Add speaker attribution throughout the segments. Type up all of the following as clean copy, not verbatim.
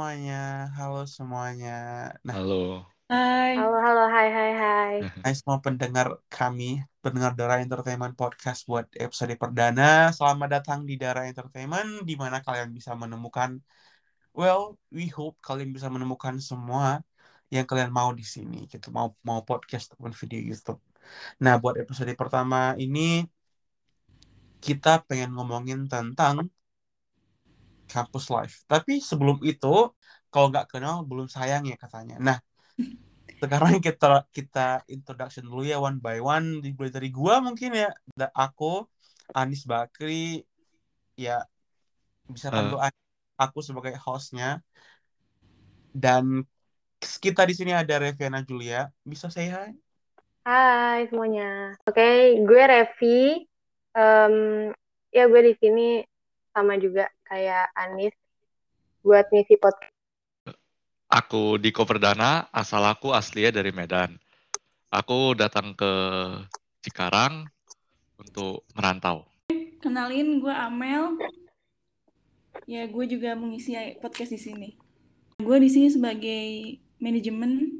Speaker 1: halo semuanya. Nah,
Speaker 2: Halo.
Speaker 3: Hai,
Speaker 4: Halo, halo, hai, hai, hai.
Speaker 1: semua pendengar kami, pendengar Dara Entertainment Podcast buat episode perdana. Selamat datang di Dara Entertainment, di mana kalian bisa menemukan, we hope kalian bisa menemukan semua yang kalian mau di sini, gitu. Mau podcast ataupun video YouTube. Nah, buat episode pertama ini kita pengen ngomongin tentang campus life. Tapi sebelum itu, kalau nggak kenal belum sayang ya katanya. Nah, sekarang kita kita introduction dulu ya one by one, dimulai dari gua mungkin ya. Aku Anis Bakri, ya bisa panggil
Speaker 2: Eh,
Speaker 1: aku sebagai hostnya, dan kita di sini ada Reviana Julia. Bisa say hi?
Speaker 4: Hai semuanya. Oke, gue Revi. Em, ya gue di sini sama juga kayak Anis buat ngisi podcast.
Speaker 2: aku Diko Perdana, asal aku aslinya dari Medan. Aku datang ke Cikarang untuk merantau.
Speaker 3: kenalin gue Amel. Ya, gue juga mengisi podcast di sini. Gue di sini sebagai manajemen.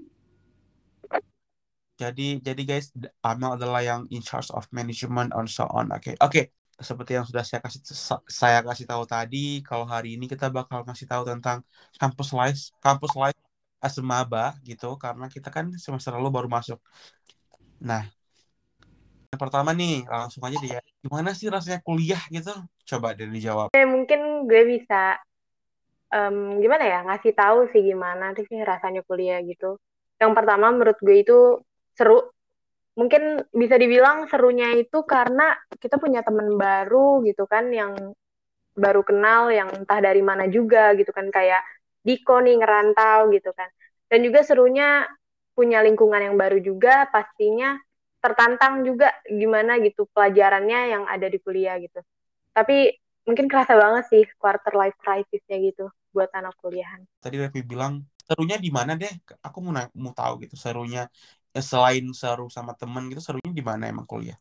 Speaker 1: Jadi guys, Amel adalah yang in charge of management and so on. Oke. Seperti yang sudah saya kasih tahu tadi, kalau hari ini kita bakal ngasih tahu tentang campus life as a maba gitu, karena kita kan semester lalu baru masuk. Nah, yang pertama nih, langsung aja deh ya. Gimana sih rasanya kuliah gitu? Coba deh dijawab.
Speaker 4: Mungkin gue bisa gimana ya ngasih tahu sih gimana sih rasanya kuliah gitu. Yang pertama menurut gue itu seru. Mungkin bisa dibilang serunya itu karena kita punya teman baru gitu kan yang baru kenal yang entah dari mana juga gitu kan kayak Diko nih ngerantau gitu kan. Dan juga serunya punya lingkungan yang baru juga pastinya tertantang juga gimana gitu pelajarannya yang ada di kuliah gitu. Tapi mungkin kerasa banget sih quarter life crisisnya gitu buat anak kuliahan.
Speaker 1: Tadi Revi bilang serunya di mana deh? Aku mau tahu gitu serunya, selain seru sama temen gitu, serunya di mana emang kuliah?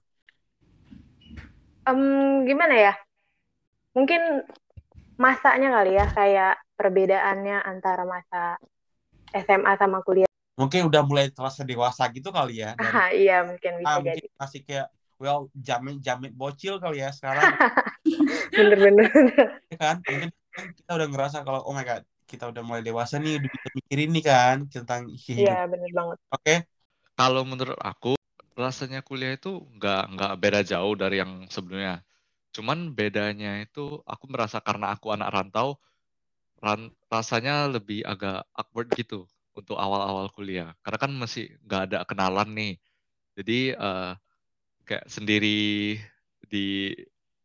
Speaker 4: Gimana ya? Mungkin masanya kali ya kayak perbedaannya antara masa SMA sama kuliah.
Speaker 1: Mungkin udah mulai terasa dewasa gitu kali ya, dari
Speaker 4: Iya mungkin bisa
Speaker 1: mungkin
Speaker 4: jadi.
Speaker 1: masih kayak jamin jamin bocil kali ya, sekarang
Speaker 4: Bener-bener.
Speaker 1: ya kan, mungkin kan kita udah ngerasa kalau oh my god, kita udah mulai dewasa nih, udah bisa mikirin nih kan tentang
Speaker 4: Iya
Speaker 1: hidup.
Speaker 4: bener banget.
Speaker 1: Oke.
Speaker 2: Kalau menurut aku, rasanya kuliah itu nggak beda jauh dari yang sebelumnya. Cuman bedanya itu aku merasa karena aku anak rantau, rasanya lebih agak awkward gitu untuk awal-awal kuliah. Karena kan masih nggak ada kenalan nih. Jadi kayak sendiri di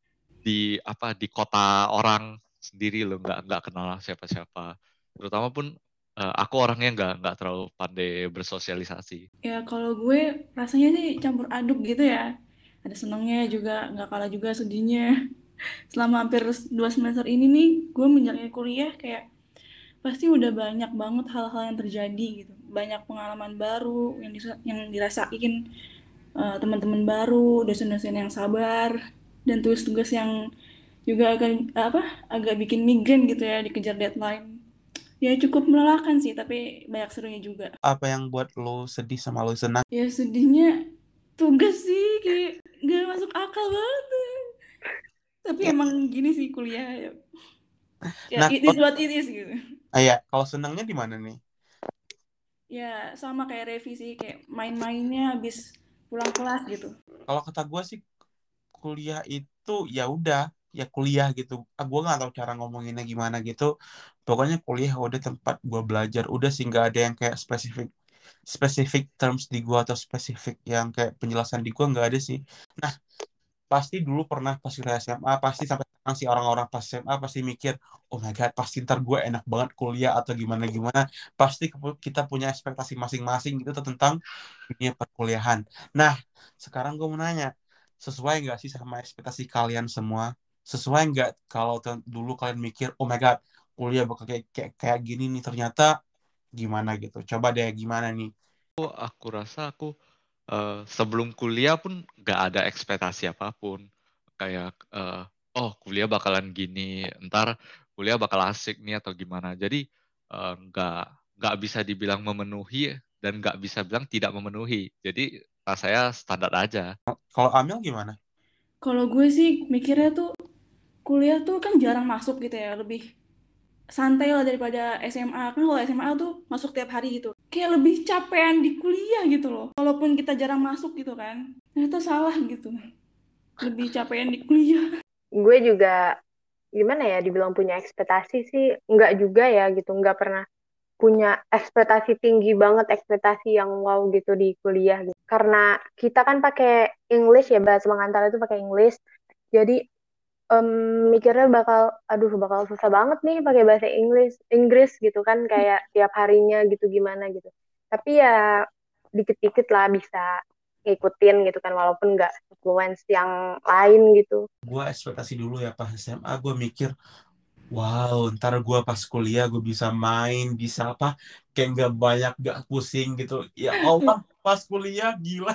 Speaker 2: di kota orang sendiri loh, nggak kenal siapa-siapa, terutama pun aku orangnya nggak terlalu pandai bersosialisasi.
Speaker 3: Ya, kalau gue rasanya sih campur aduk gitu ya. Ada senangnya juga, nggak kalah juga sedihnya. Selama hampir 2 semester ini nih, gue menjalani kuliah kayak pasti udah banyak banget hal-hal yang terjadi gitu. Banyak pengalaman baru yang dirasain, teman-teman baru, dosen-dosen yang sabar, dan tugas-tugas yang juga agak bikin migrain gitu ya dikejar deadline. Ya cukup melelahkan sih, tapi banyak serunya juga.
Speaker 1: Apa yang buat lo sedih sama lo senang?
Speaker 3: Ya sedihnya tugas sih kayak gak masuk akal banget. Tapi emang gini sih kuliah ya. Ya
Speaker 1: Nah,
Speaker 3: it is what it is gitu.
Speaker 1: ya, kalau senangnya di mana nih?
Speaker 3: Ya sama kayak revisi kayak main-mainnya habis pulang kelas gitu.
Speaker 1: Kalau kata gue sih, kuliah itu ya udah, ya kuliah gitu. Gue nggak tahu cara ngomonginnya gimana gitu. Pokoknya kuliah udah tempat gue belajar. Udah sih, nggak ada yang kayak spesifik spesifik terms di gue, atau spesifik yang kayak penjelasan di gue, nggak ada sih. Nah, pasti dulu pernah pas kita SMA, pasti sampai sekarang sih orang-orang pas SMA pasti mikir, oh my god, pasti ntar gue enak banget kuliah atau gimana gimana. Pasti kita punya ekspektasi masing-masing gitu tentang dunia perkuliahan. Nah, sekarang gue mau nanya, sesuai nggak sih sama ekspektasi kalian semua? Sesuai nggak kalau dulu kalian mikir, oh my god, kuliah bakal kayak gini nih, ternyata gimana gitu? Coba deh, gimana nih?
Speaker 2: Aku rasa aku sebelum kuliah pun nggak ada ekspektasi apapun, kayak oh kuliah bakalan gini, ntar kuliah bakal asik nih atau gimana. Jadi nggak bisa dibilang memenuhi dan nggak bisa bilang tidak memenuhi. Jadi rasanya standar aja.
Speaker 1: Kalau Amel gimana?
Speaker 3: Kalau gue sih mikirnya tuh kuliah tuh kan jarang masuk gitu ya, lebih santai lah daripada SMA. Kan kalau SMA tuh masuk tiap hari gitu. Kayak lebih capean di kuliah gitu loh. Walaupun kita jarang masuk gitu kan. Ternyata salah gitu. Lebih capean di kuliah.
Speaker 4: Gue juga gimana ya dibilang punya ekspektasi sih nggak juga ya gitu, nggak pernah punya ekspektasi tinggi banget, ekspektasi yang wow gitu di kuliah gitu. Karena kita kan pakai English ya, bahasa pengantar itu pakai English. Jadi mikirnya bakal susah banget nih pakai bahasa Inggris gitu kan, kayak tiap harinya gitu gimana gitu. Tapi ya dikit-dikit lah bisa ngikutin gitu kan, walaupun nggak influence yang lain gitu.
Speaker 1: Gue ekspektasi dulu ya pas SMA, gue mikir, wow, ntar gue pas kuliah gue bisa main, bisa apa, kayak nggak banyak, gak pusing gitu. Ya Allah, pas kuliah gila.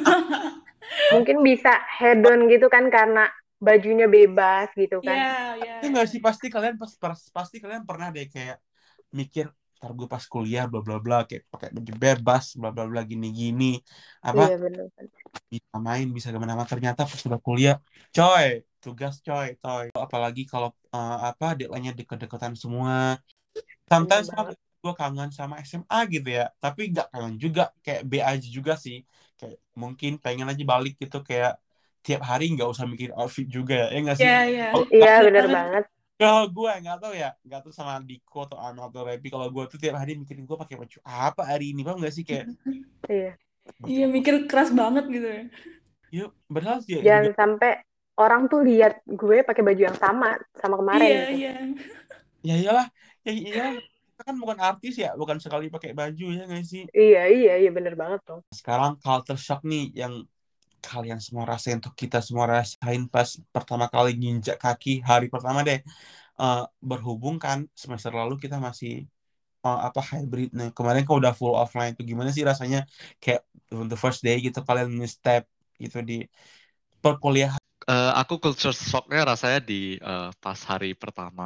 Speaker 4: Mungkin bisa hedon gitu kan karena bajunya bebas gitu kan.
Speaker 3: Iya, iya.
Speaker 1: Itu nggak sih, pasti kalian pernah deh kayak mikir, ntar gue pas kuliah bla bla bla, kayak pakai baju bebas bla bla bla gini apa,
Speaker 4: Iya bener.
Speaker 1: bisa main, bisa kemana-mana. Ternyata pas udah kuliah, coy, tugas coy. Apalagi kalau apa, deadline-nya deket-deketan semua.
Speaker 4: Bener
Speaker 1: Sometimes
Speaker 4: banget.
Speaker 1: gue kangen sama SMA gitu ya, tapi nggak kangen juga, kayak B aja juga sih. Kayak mungkin pengen aja balik gitu, kayak tiap hari nggak usah mikirin outfit juga ya nggak sih?
Speaker 3: Iya, iya.
Speaker 4: Iya
Speaker 3: Bener
Speaker 4: bener
Speaker 3: banget.
Speaker 4: banget.
Speaker 1: Kalau gue nggak tahu ya, nggak tahu sama Diko atau Amel atau Repi. Kalau gue tuh tiap hari mikirin gue pakai baju apa hari ini, bang nggak sih, kayak
Speaker 4: Iya.
Speaker 1: baju
Speaker 3: Iya,
Speaker 1: apa?
Speaker 3: mikir keras banget gitu ya.
Speaker 1: Yuk, padahal dia juga
Speaker 4: Jangan sampai orang tuh lihat gue pakai baju yang sama kemarin
Speaker 3: Iya,
Speaker 4: gitu.
Speaker 3: iya.
Speaker 1: ya iyalah, ya iyalah, kita kan bukan artis ya, bukan sekali pakai baju ya nggak sih.
Speaker 4: Iya bener banget dong.
Speaker 1: Sekarang culture shock nih yang kalian semua rasain, untuk kita semua rasain pas pertama kali nginjak kaki hari pertama deh. Berhubung kan semester lalu kita masih apa, hybrid nih. Kemarin kok udah full offline tuh, gimana sih rasanya kayak the first day gitu kalian step gitu di perkuliahan?
Speaker 2: Aku culture shock-nya rasanya di pas hari pertama.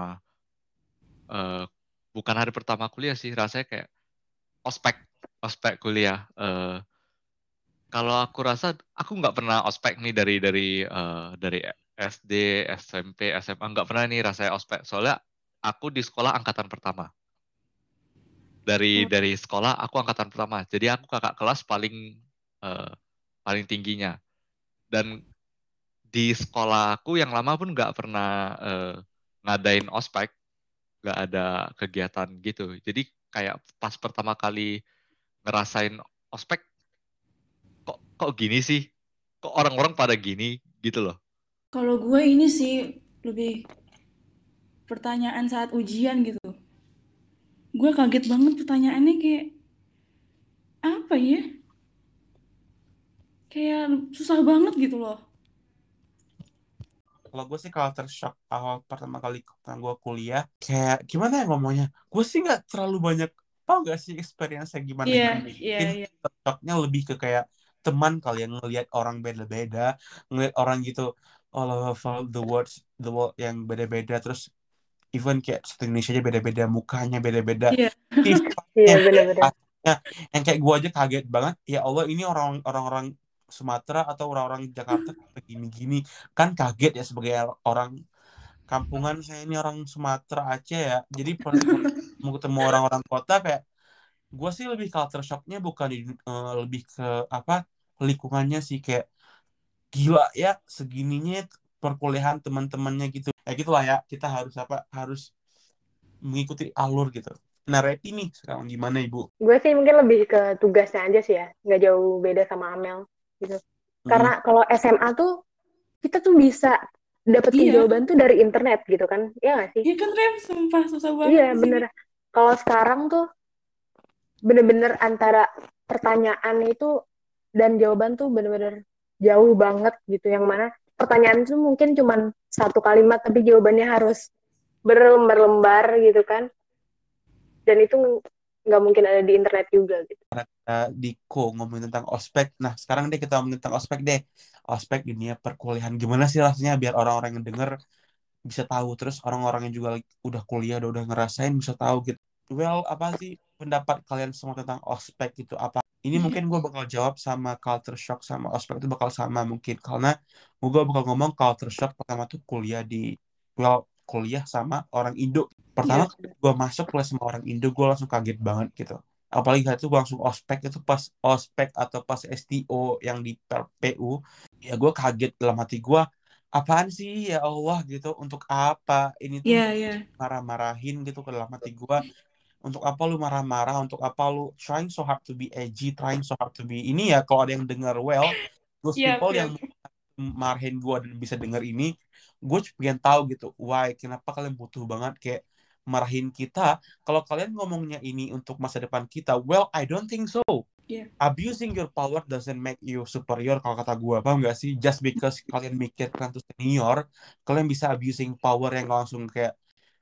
Speaker 2: Bukan hari pertama kuliah sih, rasanya kayak ospek ospek kuliah. Kalau aku rasa aku nggak pernah ospek nih dari SD, SMP, SMA nggak pernah nih rasanya ospek. Soalnya aku di sekolah angkatan pertama.
Speaker 3: Oh,
Speaker 2: Dari sekolah aku angkatan pertama. Jadi aku kakak kelas eh, paling tingginya. Dan di sekolahku yang lama pun nggak pernah ngadain ospek, nggak ada kegiatan gitu. Jadi kayak pas pertama kali ngerasain ospek, kok gini sih? Kok orang-orang pada gini gitu loh.
Speaker 3: kalau gue ini sih lebih pertanyaan saat ujian gitu. Gue kaget banget pertanyaannya kayak apa ya? Kayak susah banget gitu loh.
Speaker 1: Kalau gue sih culture shock awal pertama kali gue kuliah, kayak gimana ya ngomongnya, gue sih nggak terlalu banyak, tau gak sih experience-nya gimana
Speaker 3: Iya,
Speaker 1: gitu.
Speaker 3: iya,
Speaker 1: Mungkin
Speaker 3: iya.
Speaker 1: culture shocknya lebih ke kayak teman kali yang ngelihat orang beda-beda, ngelihat orang gitu all over the world yang beda-beda, terus even kayak satu Indonesia aja beda-beda, mukanya beda-beda,
Speaker 3: Iya.
Speaker 1: sifatnya,
Speaker 4: Iya bener-bener.
Speaker 1: yang kayak gue aja kaget banget, ya Allah, ini orang-orang Sumatera atau orang-orang Jakarta begini-gini. Kan kaget ya sebagai orang kampungan, saya ini orang Sumatera Aceh ya, jadi pas mau ketemu orang-orang kota, kayak gue sih lebih culture shocknya bukan lebih ke apa, lingkungannya sih, kayak gila ya segininya perkuliahan teman-temannya gitu ya, gitulah ya, kita harus apa, harus mengikuti alur gitu. Nah, Reti nih sekarang gimana, Ibu?
Speaker 4: Gue sih mungkin lebih ke tugasnya aja sih ya, nggak jauh beda sama Amel gitu.
Speaker 1: Mm,
Speaker 4: Karena kalau SMA tuh kita tuh bisa dapetin
Speaker 3: Iya.
Speaker 4: jawaban tuh dari internet gitu kan, ya nggak sih?
Speaker 3: Iya kan Rem, sumpah susah
Speaker 4: Iya
Speaker 3: banget di sini.
Speaker 4: bener. Kalau sekarang tuh bener-bener antara pertanyaan itu dan jawaban tuh bener-bener jauh banget gitu. Yang mana pertanyaan itu mungkin cuman satu kalimat, tapi jawabannya harus berlembar-lembar gitu kan. Dan itu nggak mungkin ada di internet juga gitu.
Speaker 1: Diko ngomongin tentang ospek. Nah, sekarang deh kita ngomongin tentang ospek deh. Ospek dunia perkuliahan. Gimana sih rasanya biar orang-orang yang denger bisa tahu. Terus orang-orang yang juga udah kuliah, udah ngerasain bisa tahu gitu. well, apa sih pendapat kalian semua tentang ospek itu apa? Ini mungkin gue bakal jawab sama culture shock sama ospek itu bakal sama mungkin. Karena gue bakal ngomong culture shock pertama tuh kuliah sama orang Indo. Pertama
Speaker 3: Iya.
Speaker 1: gue masuk kuliah sama orang Indo, gue langsung kaget banget gitu. Apalagi saat itu gue langsung ospek itu pas ospek atau pas STO yang di PU, ya gue kaget dalam hati gue, apaan sih ya Allah gitu, untuk apa ini tuh
Speaker 3: Iya.
Speaker 1: marah-marahin gitu ke dalam hati gue, untuk apa lu marah-marah, untuk apa lu trying so hard to be edgy, trying so hard to be ini ya, kalau ada yang dengar well, those
Speaker 3: Iya,
Speaker 1: people
Speaker 3: iya.
Speaker 1: yang marahin gue dan bisa denger ini, gue pengen tahu gitu, why, kenapa kalian butuh banget kayak marahin kita, kalau kalian ngomongnya ini untuk masa depan kita, well, I don't think so.
Speaker 3: Iya.
Speaker 1: Abusing your power doesn't make you superior kalau kata gue, paham gak sih? Just because kalian mikir kalian tuh senior, kalian bisa abusing power yang langsung kayak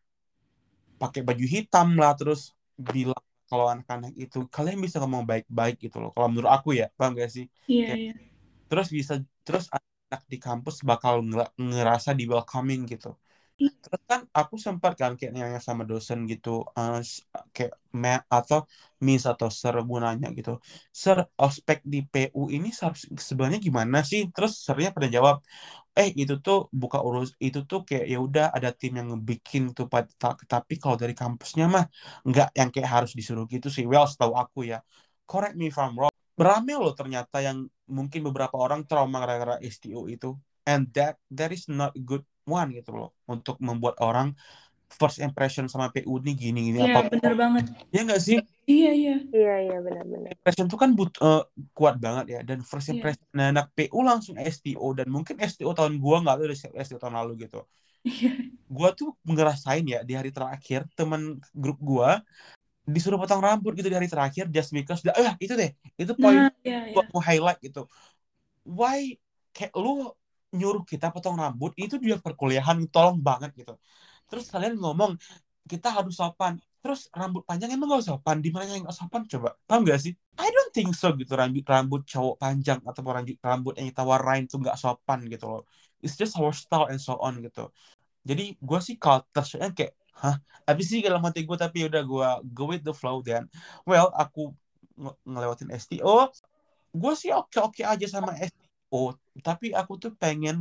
Speaker 1: pakai baju hitam lah, terus bilang kalau anak-anak itu, kalian bisa ngomong baik-baik gitu loh, kalau menurut aku ya, paham gak sih?
Speaker 3: Iya.
Speaker 1: Terus anak di kampus bakal ngerasa di welcoming gitu. Terus kan aku sempat kan kayak nanya sama dosen gitu, kayak atau miss atau sir, gue nanya gitu, sir, ospek di PU ini sebenarnya gimana sih? Terus sirnya pada jawab, itu tuh buka urus, itu tuh kayak ya udah ada tim yang ngebikin tuh, tapi kalau dari kampusnya mah nggak yang kayak harus disuruh gitu sih. Well, setahu aku ya, correct me if I'm wrong, berame loh ternyata yang mungkin beberapa orang trauma gara-gara STO itu, and that is not good one gitu loh, untuk membuat orang first impression sama PU ini gini-gini
Speaker 3: Iya,
Speaker 1: apa,
Speaker 3: bener banget.
Speaker 1: ya nggak sih?
Speaker 3: Iya.
Speaker 4: Iya benar-benar.
Speaker 1: Impression itu kan kuat banget ya, dan first
Speaker 3: Iya.
Speaker 1: impression anak PU langsung STO, dan mungkin STO tahun gua nggak tahu dari STO tahun lalu gitu.
Speaker 3: Iya.
Speaker 1: Gua tuh ngerasain ya di hari terakhir, teman grup gua disuruh potong rambut gitu di hari terakhir, just because itu deh, itu poin
Speaker 3: Nah, iya.
Speaker 1: gua mau highlight gitu. Why kayak lu nyuruh kita potong rambut itu dia perkuliahan, tolong banget gitu. Terus kalian ngomong kita harus sopan, terus rambut panjang emang gak sopan? Di mana yang gak sopan coba? Paham gak sih? I don't think so gitu, rambut cowok panjang atau rambut yang kita warnain tuh gak sopan gitu loh. It's just our style and so on gitu. Jadi gue sih culture-nya kayak, tapi sih dalam hati gue, tapi udah gue go with the flow. Dan well, aku ngelewatin STO, gue sih oke aja sama SEO, tapi aku tuh pengen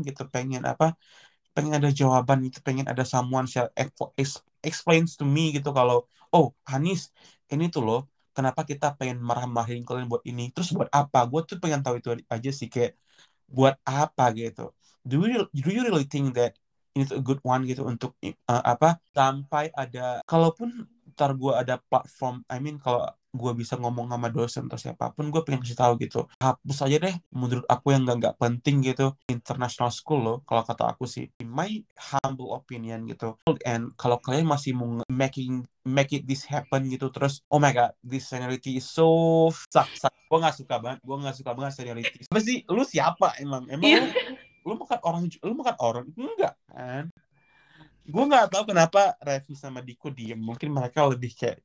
Speaker 1: ada jawaban gitu, pengen ada someone share explains to me gitu, kalau Hanis, ini tuh loh kenapa kita pengen marah-marahin kalian buat ini, terus buat apa, gue tuh pengen tahu itu aja sih, kayak buat apa gitu. Do you really think that ini tuh a good one gitu, untuk sampai ada, kalaupun ntar gue ada platform, I mean kalau gue bisa ngomong sama dosen atau siapapun, gue pengen kasih tahu gitu, hapus aja deh menurut aku yang nggak penting gitu, international school loh, kalau kata aku sih, in my humble opinion gitu. And kalau kalian masih mau make it this happen gitu, terus oh my god, this seniority is so suck. Gue nggak suka banget seniority. Apa sih, lu siapa emang
Speaker 3: Iya.
Speaker 1: lu makan orang enggak kan? Gue nggak tahu kenapa Revi sama Diko diem, mungkin mereka lebih kayak,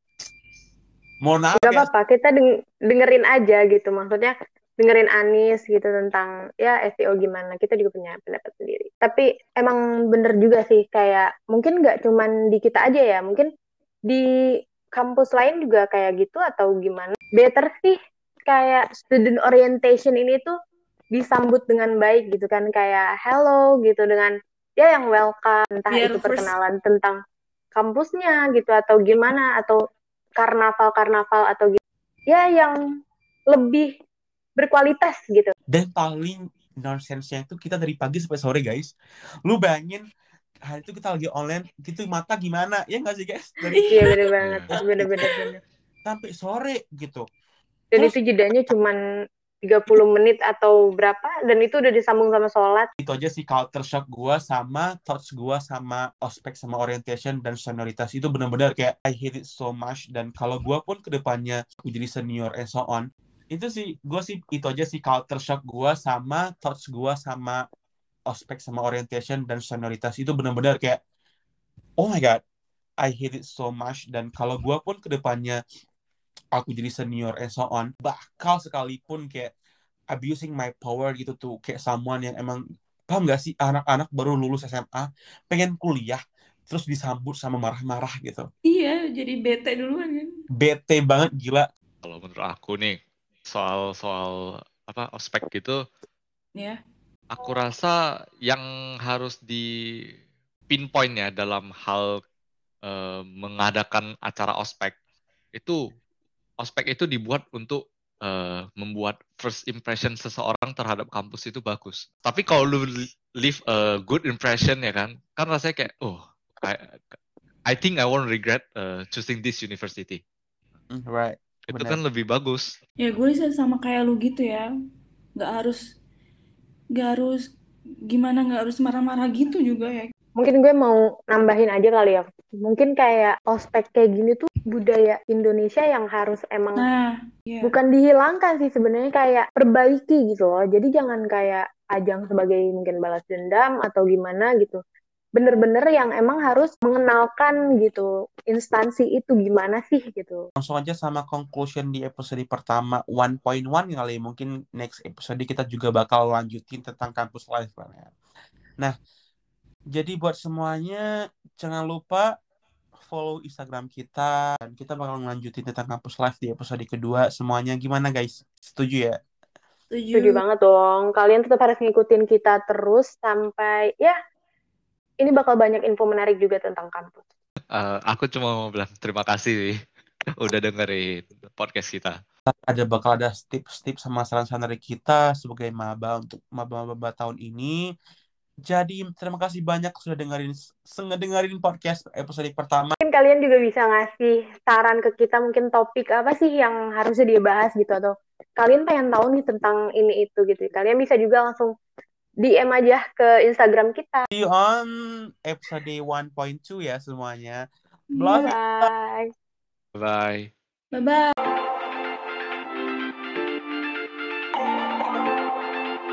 Speaker 1: mohon maaf
Speaker 4: Gak
Speaker 1: ya.
Speaker 4: apa-apa, kita dengerin aja gitu. Maksudnya dengerin Anis gitu tentang ya SEO gimana. Kita juga punya pendapat sendiri. Tapi emang bener juga sih, kayak mungkin nggak cuman di kita aja ya. Mungkin di kampus lain juga kayak gitu atau gimana. Better sih kayak student orientation ini tuh disambut dengan baik gitu kan. Kayak hello gitu, dengan ya yang welcome. Entah
Speaker 3: Biar
Speaker 4: itu
Speaker 3: first,
Speaker 4: perkenalan tentang kampusnya gitu atau gimana, atau karnaval atau gitu. Ya yang lebih berkualitas gitu.
Speaker 1: Dan paling nonsense-nya itu kita dari pagi sampai sore guys. Lu bayangin hari itu kita lagi online gitu, mata gimana ya nggak sih guys, dari
Speaker 4: Iya bener banget,
Speaker 2: Iya.
Speaker 4: bener.
Speaker 1: sampai sore gitu.
Speaker 4: Dan
Speaker 1: Terus
Speaker 4: itu jedanya cuman 30 menit atau berapa, dan itu udah disambung sama sholat.
Speaker 1: itu aja sih culture shock gue sama thoughts gue sama ospek sama orientation dan senioritas itu, benar-benar kayak I hate it so much. Dan kalau gue pun kedepannya aku jadi senior and so on, itu aja sih culture shock gue sama thoughts gue sama ospek sama orientation dan senioritas itu, benar-benar kayak oh my god, I hate it so much. Dan kalau gue pun kedepannya aku jadi senior and so on, bakal sekalipun kayak abusing my power gitu tuh, kayak someone yang emang, paham gak sih, anak-anak baru lulus SMA pengen kuliah, terus disambut sama marah-marah gitu.
Speaker 3: Iya, jadi bete duluan kan.
Speaker 1: Bete banget, gila.
Speaker 2: Kalau menurut aku nih soal apa ospek gitu,
Speaker 3: Ya.
Speaker 2: aku rasa yang harus di pinpoint ya dalam hal mengadakan acara ospek itu dibuat untuk membuat first impression seseorang terhadap kampus itu bagus. Tapi kalau lu leave a good impression ya kan rasanya kayak I think I won't regret choosing this university.
Speaker 1: Right.
Speaker 2: Itu
Speaker 1: Bener.
Speaker 2: kan lebih bagus.
Speaker 3: Ya gue sih sama kayak lu gitu ya. Nggak harus gimana, nggak harus marah-marah gitu juga ya.
Speaker 4: Mungkin gue mau nambahin aja kali ya. Mungkin kayak ospek kayak gini tuh budaya Indonesia yang harus emang
Speaker 3: Nah, iya.
Speaker 4: bukan dihilangkan sih sebenarnya, kayak perbaiki gitu loh. Jadi jangan kayak ajang sebagai mungkin balas dendam atau gimana gitu. Bener-bener yang emang harus mengenalkan gitu instansi itu gimana sih gitu.
Speaker 1: Langsung aja sama conclusion di episode pertama 1.1 kali. Mungkin next episode kita juga bakal lanjutin tentang kampus life. Nah, jadi buat semuanya jangan lupa follow Instagram kita, dan kita bakal lanjutin tentang kampus live di episode kedua. Semuanya gimana guys? Setuju ya?
Speaker 4: Setuju banget dong. Kalian tetap harus ngikutin kita terus sampai ya ini bakal banyak info menarik juga tentang kampus.
Speaker 2: Aku cuma mau bilang terima kasih udah dengerin podcast kita.
Speaker 1: Bakal ada tips-tips sama saran-saran dari kita sebagai maba untuk maba tahun ini. Jadi terima kasih banyak sudah dengerin podcast episode pertama.
Speaker 4: Mungkin kalian juga bisa ngasih saran ke kita, mungkin topik apa sih yang harusnya dibahas gitu, atau kalian pengen tahu nih tentang ini itu gitu. Kalian bisa juga langsung DM aja ke Instagram kita.
Speaker 1: See you on episode 1.2 ya semuanya.
Speaker 3: Iya.
Speaker 4: Bye.
Speaker 2: Bye.
Speaker 3: Bye-bye.